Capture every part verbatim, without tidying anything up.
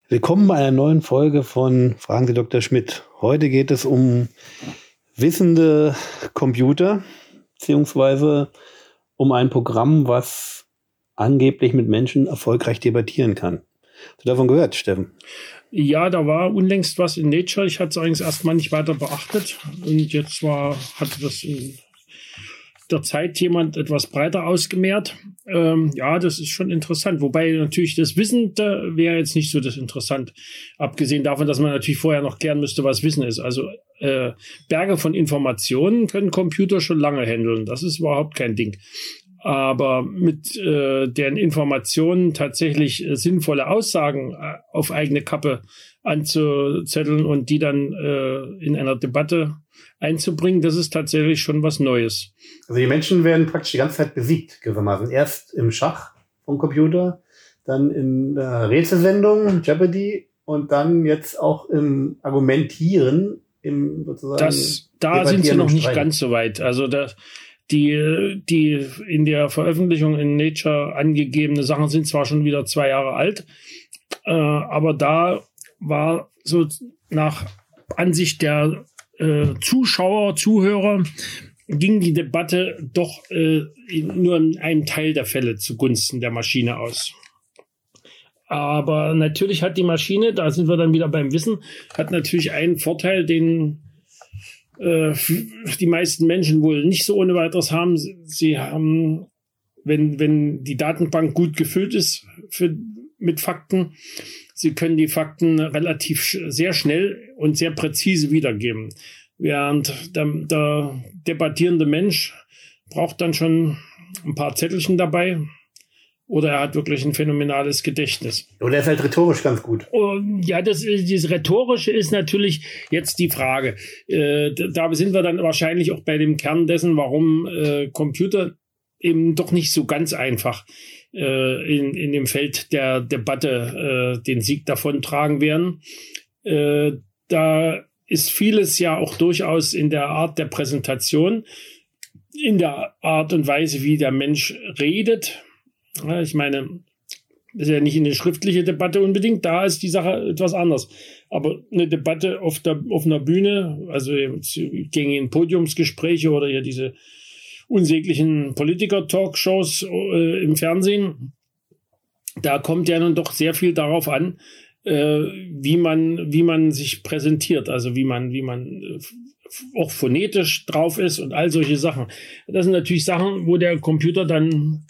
Willkommen bei einer neuen Folge von Fragen Sie Doktor Schmidt. Heute geht es um wissende Computer, beziehungsweise um ein Programm, was angeblich mit Menschen erfolgreich debattieren kann. Hast du davon gehört, Steffen? Ja, da war unlängst was in Nature. Ich hatte es eigentlich erstmal nicht weiter beachtet. Und jetzt war, hatte das in der Zeit jemand etwas breiter ausgemehrt. Ähm, ja, das ist schon interessant. Wobei natürlich das Wissen da wäre jetzt nicht so das interessant. Abgesehen davon, dass man natürlich vorher noch klären müsste, was Wissen ist. Also äh, Berge von Informationen können Computer schon lange handeln. Das ist überhaupt kein Ding. Aber mit äh, deren Informationen tatsächlich äh, sinnvolle Aussagen äh, auf eigene Kappe anzuzetteln und die dann äh, in einer Debatte einzubringen, das ist tatsächlich schon was Neues. Also die Menschen werden praktisch die ganze Zeit besiegt, gewissermaßen. Erst im Schach vom Computer, dann in der Rätselsendung, Jeopardy, und dann jetzt auch im Argumentieren, im sozusagen. Das, da sind sie noch nicht ganz so weit. Also das Die, die in der Veröffentlichung in Nature angegebene Sachen sind zwar schon wieder zwei Jahre alt, äh, aber da war so nach Ansicht der äh, Zuschauer, Zuhörer, ging die Debatte doch äh, nur in einem Teil der Fälle zugunsten der Maschine aus. Aber natürlich hat die Maschine, da sind wir dann wieder beim Wissen, hat natürlich einen Vorteil, den die meisten Menschen wohl nicht so ohne weiteres haben. Sie haben, wenn, wenn die Datenbank gut gefüllt ist für, mit Fakten, sie können die Fakten relativ sehr schnell und sehr präzise wiedergeben. Während der, der debattierende Mensch braucht dann schon ein paar Zettelchen dabei. Oder er hat wirklich ein phänomenales Gedächtnis. Oder er ist halt rhetorisch ganz gut. Und ja, das, dieses Rhetorische ist natürlich jetzt die Frage. Äh, da sind wir dann wahrscheinlich auch bei dem Kern dessen, warum äh, Computer eben doch nicht so ganz einfach äh, in, in dem Feld der Debatte äh, den Sieg davontragen werden. Äh, da ist vieles ja auch durchaus in der Art der Präsentation, in der Art und Weise, wie der Mensch redet. Ja, ich meine, das ist ja nicht eine schriftliche Debatte unbedingt, da ist die Sache etwas anders. Aber eine Debatte auf der auf einer Bühne, also gängigen Podiumsgespräche oder ja diese unsäglichen Politiker-Talkshows äh, im Fernsehen, da kommt ja nun doch sehr viel darauf an, äh, wie man wie man sich präsentiert, also wie man wie man äh, auch phonetisch drauf ist und all solche Sachen. Das sind natürlich Sachen, wo der Computer dann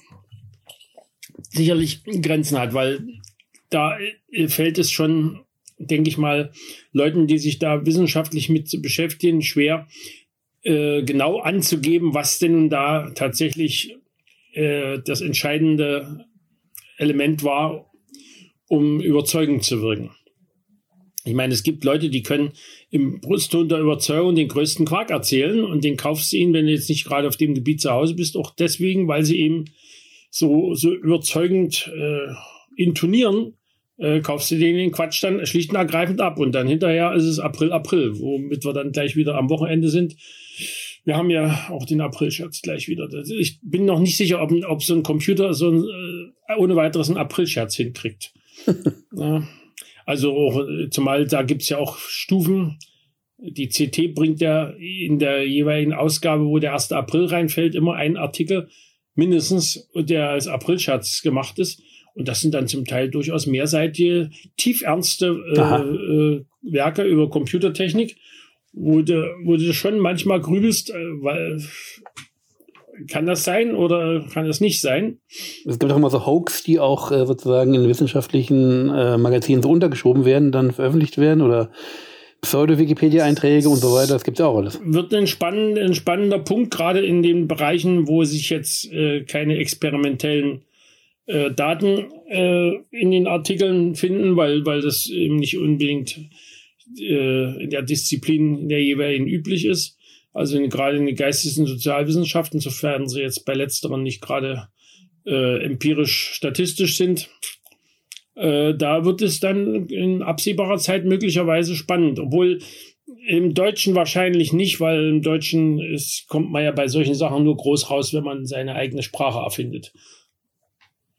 sicherlich Grenzen hat, weil da fällt es schon, denke ich mal, Leuten, die sich da wissenschaftlich mit beschäftigen, schwer, äh, genau anzugeben, was denn da tatsächlich äh, das entscheidende Element war, um überzeugend zu wirken. Ich meine, es gibt Leute, die können im Brustton der Überzeugung den größten Quark erzählen und den kaufst du ihnen, wenn du jetzt nicht gerade auf dem Gebiet zu Hause bist, auch deswegen, weil sie eben so, so überzeugend äh, intonieren, äh, kaufst du denen den Quatsch dann schlicht und ergreifend ab. Und dann hinterher ist es April, April, womit wir dann gleich wieder am Wochenende sind. Wir haben ja auch den April-Scherz gleich wieder. Ich bin noch nicht sicher, ob, ob so ein Computer so ein, äh, ohne weiteres einen April-Scherz hinkriegt. Ja, also auch, zumal da gibt's ja auch Stufen. Die C T bringt ja in der jeweiligen Ausgabe, wo der erste April reinfällt, immer einen Artikel mindestens, der als Aprilscherz gemacht ist. Und das sind dann zum Teil durchaus mehrseitige, tiefernste äh, äh, Werke über Computertechnik, wo du, wo du schon manchmal grübelst, äh, weil kann das sein oder kann das nicht sein? Es gibt auch immer so Hoax, die auch äh, sozusagen in wissenschaftlichen äh, Magazinen so untergeschoben werden, dann veröffentlicht werden oder Pseudo-Wikipedia-Einträge und so weiter, das gibt's ja auch alles. Wird ein, spannend, ein spannender Punkt, gerade in den Bereichen, wo sich jetzt äh, keine experimentellen äh, Daten äh, in den Artikeln finden, weil, weil das eben nicht unbedingt äh, in der Disziplin in der jeweiligen üblich ist. Also in, gerade in den Geistes- und Sozialwissenschaften, sofern sie jetzt bei letzteren nicht gerade äh, empirisch-statistisch sind. Da wird es dann in absehbarer Zeit möglicherweise spannend, obwohl im Deutschen wahrscheinlich nicht, weil im Deutschen ist, kommt man ja bei solchen Sachen nur groß raus, wenn man seine eigene Sprache erfindet.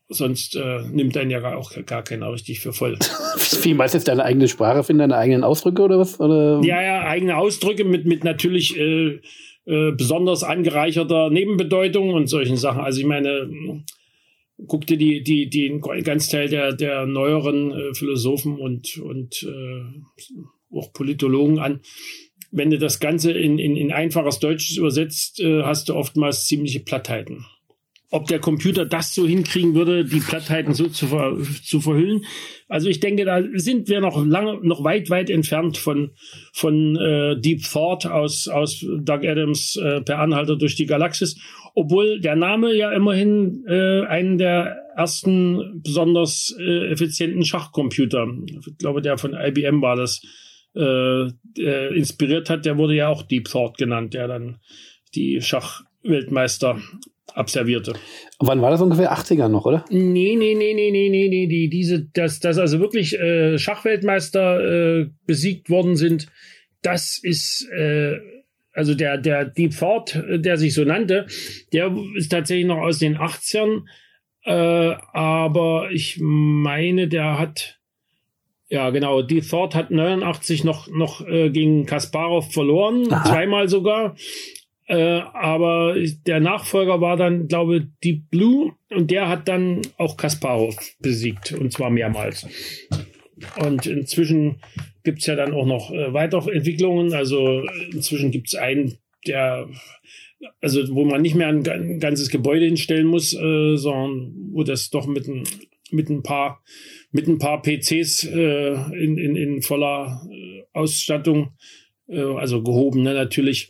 sonst äh, nimmt einen ja auch gar keiner richtig für voll. Wie meinst du jetzt deine eigene Sprache finden, deine eigenen Ausdrücke oder was? Oder? Ja, ja, eigene Ausdrücke mit, mit natürlich äh, äh, besonders angereicherter Nebenbedeutung und solchen Sachen. Also ich meine, guck dir die, die, die ganz Teil der, der neueren äh, Philosophen und, und äh, auch Politologen an. Wenn du das Ganze in, in, in einfaches Deutsches übersetzt, äh, hast du oftmals ziemliche Plattheiten. Ob der Computer das so hinkriegen würde, die Plattheiten so zu, ver, zu verhüllen. Also ich denke, da sind wir noch lange, noch weit, weit entfernt von, von äh, Deep Thought aus, aus Doug Adams äh, per Anhalter durch die Galaxis. Obwohl der Name ja immerhin äh, einen der ersten besonders äh, effizienten Schachcomputer, ich glaube, der von I B M war das, äh, äh, inspiriert hat, der wurde ja auch Deep Thought genannt, der dann die Schachweltmeister absolvierte. Wann war das ungefähr? achtziger noch, oder? Nee, nee, nee, nee, nee, nee, nee, die, diese, dass, dass also wirklich äh, Schachweltmeister äh, besiegt worden sind, das ist, äh, also der, der Deep Thought, der sich so nannte, der ist tatsächlich noch aus den achtzigern, äh, aber ich meine, der hat, ja genau, Deep Thought hat neunundachtzig noch, noch äh, gegen Kasparov verloren, Aha. zweimal sogar. Äh, aber der Nachfolger war dann, glaube ich, Deep Blue und der hat dann auch Kasparov besiegt und zwar mehrmals. Und inzwischen gibt's ja dann auch noch äh, Weiterentwicklungen. Also inzwischen gibt's einen, der, also wo man nicht mehr ein, ein ganzes Gebäude hinstellen muss, äh, sondern wo das doch mit ein, mit ein paar mit ein paar P Cs äh, in, in, in voller äh, Ausstattung, äh, also gehobene natürlich,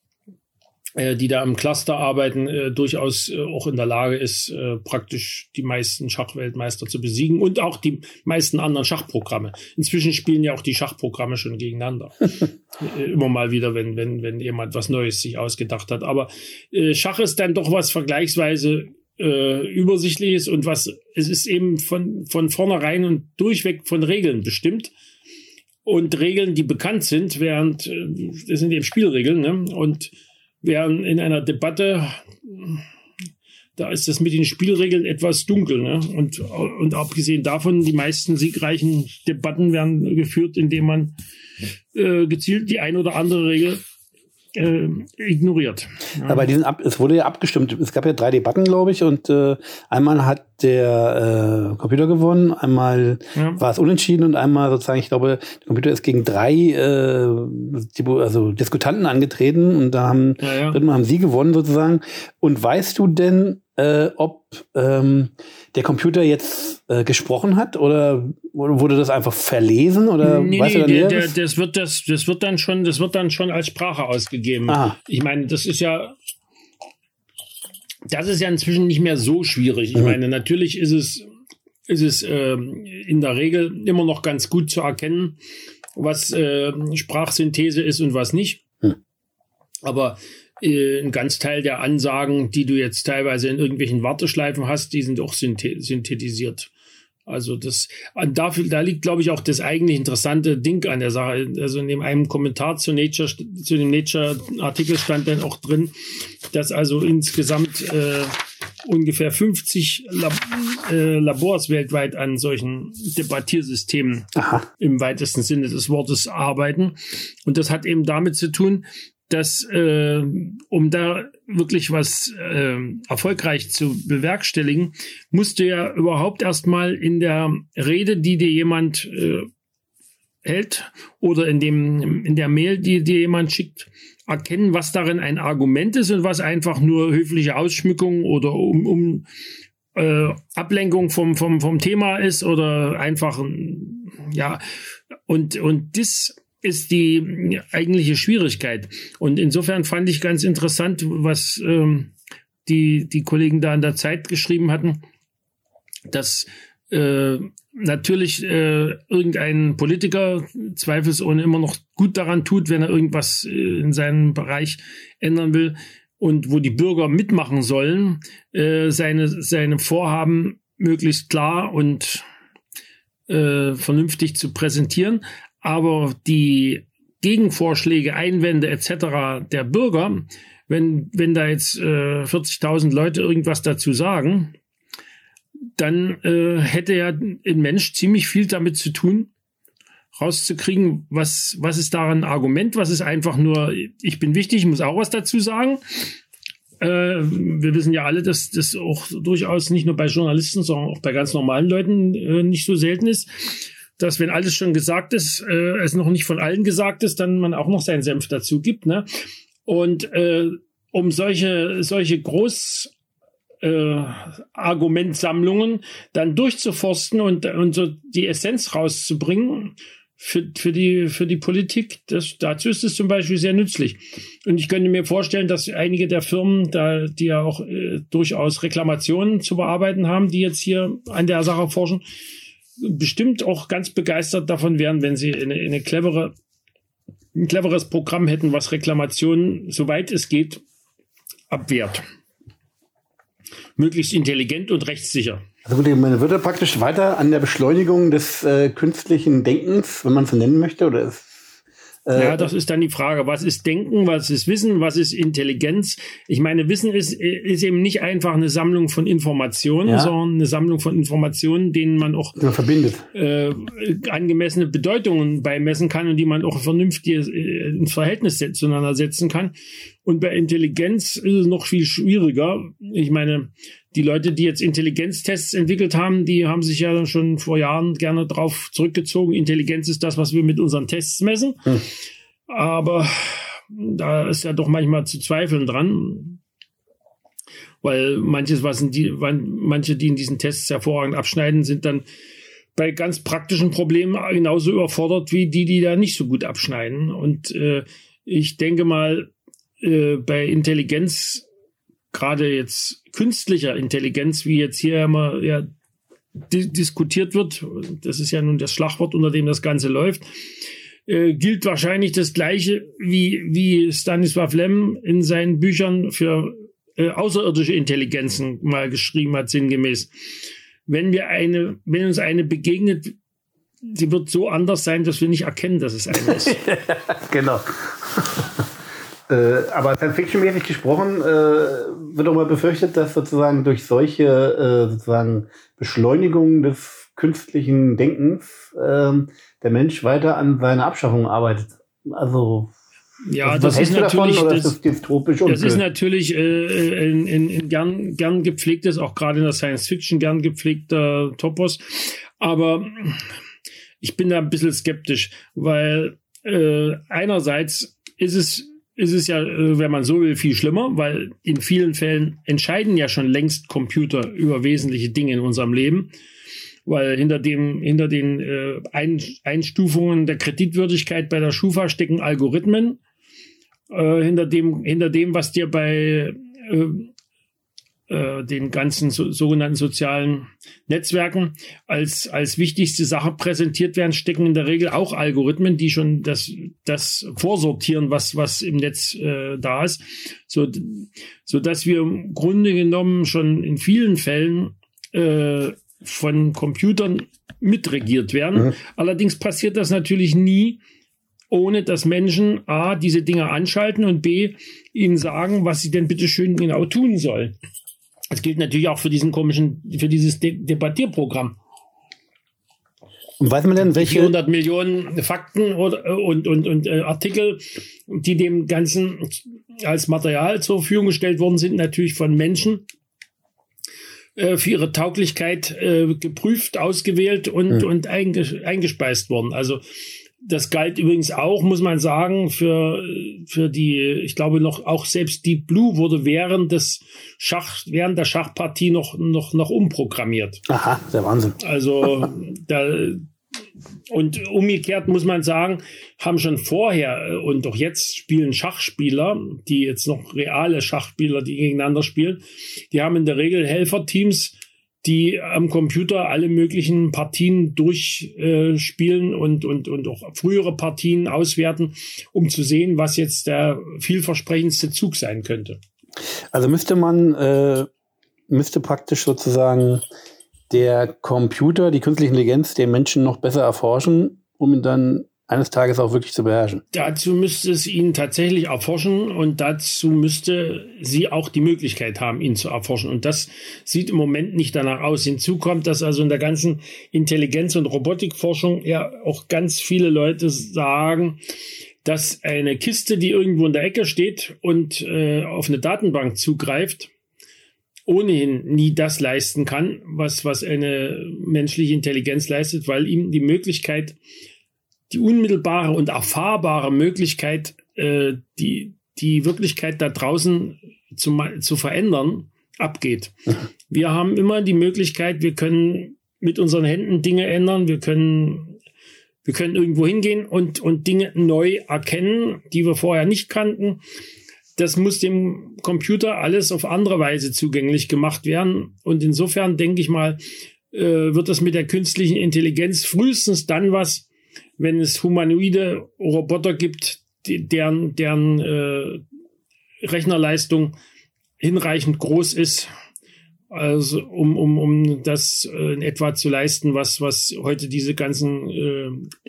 die da im Cluster arbeiten, äh, durchaus äh, auch in der Lage ist, äh, praktisch die meisten Schachweltmeister zu besiegen und auch die meisten anderen Schachprogramme. Inzwischen spielen ja auch die Schachprogramme schon gegeneinander. äh, immer mal wieder, wenn, wenn, wenn jemand was Neues sich ausgedacht hat. Aber äh, Schach ist dann doch was vergleichsweise äh, Übersichtliches und was, es ist eben von, von vornherein und durchweg von Regeln bestimmt. Und Regeln, die bekannt sind, während, äh, das sind eben Spielregeln, ne? Und während in einer Debatte, da ist das mit den Spielregeln etwas dunkel. Ne? Und, und abgesehen davon, die meisten siegreichen Debatten werden geführt, indem man äh, gezielt die ein oder andere Regel äh, ignoriert. Ja. Aber diesen Ab- es wurde ja abgestimmt. Es gab ja drei Debatten, glaube ich. Und äh, einmal hat der äh, Computer gewonnen, einmal ja. war es unentschieden und einmal sozusagen, ich glaube, der Computer ist gegen drei äh, die, also Diskutanten angetreten und da haben, ja, ja. haben sie gewonnen sozusagen. Und weißt du denn, äh, ob ähm, der Computer jetzt äh, gesprochen hat oder wurde das einfach verlesen oder nee, weißt nee, du dann der, der, das wird das das wird dann schon das wird dann schon als Sprache ausgegeben. Aha. Ich meine, das ist ja das ist ja inzwischen nicht mehr so schwierig. Ich mhm. meine, natürlich ist es ist es äh, in der Regel immer noch ganz gut zu erkennen, was äh, Sprachsynthese ist und was nicht. Mhm. Aber ein ganz Teil der Ansagen, die du jetzt teilweise in irgendwelchen Warteschleifen hast, die sind auch synthetisiert. Also das, dafür, da liegt, glaube ich, auch das eigentlich interessante Ding an der Sache. Also in dem einem Kommentar zu Nature, zu dem Nature-Artikel stand dann auch drin, dass also insgesamt äh, ungefähr fünfzig Lab, äh, Labors weltweit an solchen Debattiersystemen Aha. im weitesten Sinne des Wortes arbeiten. Und das hat eben damit zu tun, dass äh, um da wirklich was äh, erfolgreich zu bewerkstelligen, musst du ja überhaupt erstmal in der Rede, die dir jemand äh, hält oder in dem in der Mail, die dir jemand schickt, erkennen, was darin ein Argument ist und was einfach nur höfliche Ausschmückung oder um, um äh, Ablenkung vom vom vom Thema ist oder einfach ja und und das ist die eigentliche Schwierigkeit. Und insofern fand ich ganz interessant, was ähm, die die Kollegen da in der Zeit geschrieben hatten, dass äh, natürlich äh, irgendein Politiker zweifelsohne immer noch gut daran tut, wenn er irgendwas äh, in seinem Bereich ändern will und wo die Bürger mitmachen sollen, äh, seine seine Vorhaben möglichst klar und äh, vernünftig zu präsentieren. Aber die Gegenvorschläge, Einwände et cetera der Bürger, wenn wenn da jetzt äh, vierzigtausend Leute irgendwas dazu sagen, dann äh, hätte ja ein Mensch ziemlich viel damit zu tun, rauszukriegen, was, was ist daran ein Argument, was ist einfach nur, ich bin wichtig, ich muss auch was dazu sagen. Äh, wir wissen ja alle, dass das auch durchaus nicht nur bei Journalisten, sondern auch bei ganz normalen Leuten äh, nicht so selten ist, dass wenn alles schon gesagt ist, äh, es noch nicht von allen gesagt ist, dann man auch noch seinen Senf dazu gibt. Ne? Und äh, um solche, solche Groß- Äh, Argumentsammlungen dann durchzuforsten und, und so die Essenz rauszubringen für, für, die, für die Politik, das, dazu ist es zum Beispiel sehr nützlich. Und ich könnte mir vorstellen, dass einige der Firmen, da, die ja auch äh, durchaus Reklamationen zu bearbeiten haben, die jetzt hier an der Sache forschen, bestimmt auch ganz begeistert davon wären, wenn sie eine, eine clevere, ein cleveres Programm hätten, was Reklamationen, soweit es geht, abwehrt. Möglichst intelligent und rechtssicher. Also gut, man wird ja praktisch weiter an der Beschleunigung des äh, künstlichen Denkens, wenn man es so nennen möchte, oder ist Äh, ja, das ist dann die Frage, was ist Denken, was ist Wissen, was ist Intelligenz? Ich meine, Wissen ist, ist eben nicht einfach eine Sammlung von Informationen, ja. sondern eine Sammlung von Informationen, denen man auch man verbindet. Äh, angemessene Bedeutungen beimessen kann und die man auch vernünftig äh, ins Verhältnis zueinander setzen kann. Und bei Intelligenz ist es noch viel schwieriger. Ich meine, die Leute, die jetzt Intelligenztests entwickelt haben, die haben sich ja schon vor Jahren gerne drauf zurückgezogen. Intelligenz ist das, was wir mit unseren Tests messen. Hm. Aber da ist ja doch manchmal zu zweifeln dran. Weil manches, was in die, manche, die in diesen Tests hervorragend abschneiden, sind dann bei ganz praktischen Problemen genauso überfordert wie die, die da nicht so gut abschneiden. Und äh, ich denke mal, äh, bei Intelligenz, gerade jetzt künstlicher Intelligenz, wie jetzt hier immer ja, di- diskutiert wird, das ist ja nun das Schlagwort, unter dem das Ganze läuft, äh, gilt wahrscheinlich das Gleiche, wie, wie Stanislaw Lem in seinen Büchern für äh, außerirdische Intelligenzen mal geschrieben hat, sinngemäß. Wenn wir eine, wenn uns eine begegnet, sie wird so anders sein, dass wir nicht erkennen, dass es eine ist. Genau. Äh, aber Science-Fiction-mäßig gesprochen, äh, wird auch mal befürchtet, dass sozusagen durch solche äh, sozusagen Beschleunigungen des künstlichen Denkens äh, der Mensch weiter an seiner Abschaffung arbeitet. Also ja, was, das was ist natürlich davon, oder das, ist das dystopisch das unblöd? ist natürlich äh, in, in, in gern, gern gepflegtes, auch gerade in der Science-Fiction gern gepflegter Topos. Aber ich bin da ein bisschen skeptisch, weil äh, einerseits ist es ist es ja, wenn man so will, viel schlimmer, weil in vielen Fällen entscheiden ja schon längst Computer über wesentliche Dinge in unserem Leben, weil hinter dem, hinter den äh, Einstufungen der Kreditwürdigkeit bei der Schufa stecken Algorithmen, äh, hinter dem, hinter dem, was dir bei äh, äh, den ganzen so, sogenannten sozialen Netzwerken als, als wichtigste Sache präsentiert werden, stecken in der Regel auch Algorithmen, die schon das, das vorsortieren, was, was im Netz äh, da ist, so, so dass wir im Grunde genommen schon in vielen Fällen äh, von Computern mitregiert werden. Mhm. Allerdings passiert das natürlich nie, ohne dass Menschen A, diese Dinge anschalten und B, ihnen sagen, was sie denn bitte schön genau tun sollen. Das gilt natürlich auch für diesen komischen, für dieses De- Debattierprogramm. Und weiß man denn, welche vierhundert Millionen Fakten oder, und, und, und äh, Artikel, die dem Ganzen als Material zur Verfügung gestellt worden sind, natürlich von Menschen äh, für ihre Tauglichkeit äh, geprüft, ausgewählt und, hm. und einge- eingespeist worden. Also das galt übrigens auch, muss man sagen, für, für die, ich glaube noch, auch selbst Deep Blue wurde während des Schach, während der Schachpartie noch, noch, noch umprogrammiert. Aha, der Wahnsinn. Also, da, und umgekehrt muss man sagen, haben schon vorher und auch jetzt spielen Schachspieler, die jetzt noch reale Schachspieler, die gegeneinander spielen, die haben in der Regel Helferteams, die am Computer alle möglichen Partien durchspielen äh, und, und, und auch frühere Partien auswerten, um zu sehen, was jetzt der vielversprechendste Zug sein könnte. Also müsste man, äh, müsste praktisch sozusagen der Computer, die künstliche Intelligenz, den Menschen noch besser erforschen, um ihn dann eines Tages auch wirklich zu beherrschen. Dazu müsste es ihn tatsächlich erforschen und dazu müsste sie auch die Möglichkeit haben, ihn zu erforschen. Und das sieht im Moment nicht danach aus. Hinzu kommt, dass also in der ganzen Intelligenz- und Robotikforschung ja auch ganz viele Leute sagen, dass eine Kiste, die irgendwo in der Ecke steht und äh, auf eine Datenbank zugreift, ohnehin nie das leisten kann, was, was eine menschliche Intelligenz leistet, weil ihm die Möglichkeit, die unmittelbare und erfahrbare Möglichkeit, äh, die, die Wirklichkeit da draußen zu, zu verändern, abgeht. Wir haben immer die Möglichkeit, wir können mit unseren Händen Dinge ändern, wir können, wir können irgendwo hingehen und, und Dinge neu erkennen, die wir vorher nicht kannten. Das muss dem Computer alles auf andere Weise zugänglich gemacht werden. Und insofern denke ich mal, äh, wird das mit der künstlichen Intelligenz frühestens dann was, wenn es humanoide Roboter gibt, die, deren, deren äh, Rechnerleistung hinreichend groß ist, also um, um, um das äh, in etwa zu leisten, was, was heute diese ganzen äh,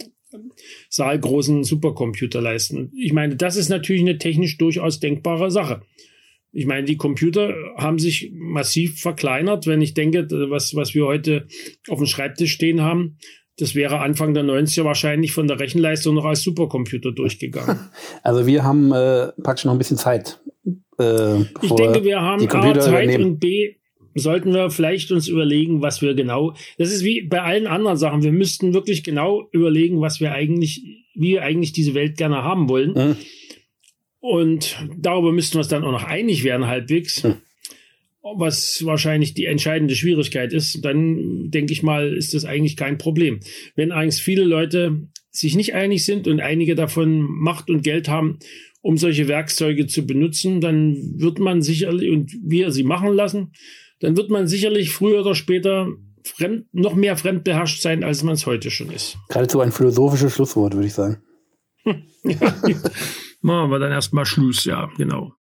saalgroßen Supercomputer leisten. Ich meine, das ist natürlich eine technisch durchaus denkbare Sache. Ich meine, die Computer haben sich massiv verkleinert. Wenn ich denke, was, was wir heute auf dem Schreibtisch stehen haben, das wäre Anfang der neunziger wahrscheinlich von der Rechenleistung noch als Supercomputer durchgegangen. Also wir haben äh, praktisch noch ein bisschen Zeit. Äh, ich denke, wir haben A, Zeit übernehmen. Und B, sollten wir vielleicht uns überlegen, was wir genau, das ist wie bei allen anderen Sachen, wir müssten wirklich genau überlegen, was wir eigentlich, wie wir eigentlich diese Welt gerne haben wollen. Mhm. Und darüber müssten wir uns dann auch noch einig werden halbwegs. Mhm. Was wahrscheinlich die entscheidende Schwierigkeit ist, dann denke ich mal, ist das eigentlich kein Problem. Wenn eigentlich viele Leute sich nicht einig sind und einige davon Macht und Geld haben, um solche Werkzeuge zu benutzen, dann wird man sicherlich, und wir sie machen lassen, dann wird man sicherlich früher oder später fremd, noch mehr fremdbeherrscht sein, als man es heute schon ist. Geradezu ein philosophisches Schlusswort, würde ich sagen. Ja, machen wir dann erstmal Schluss, ja, genau.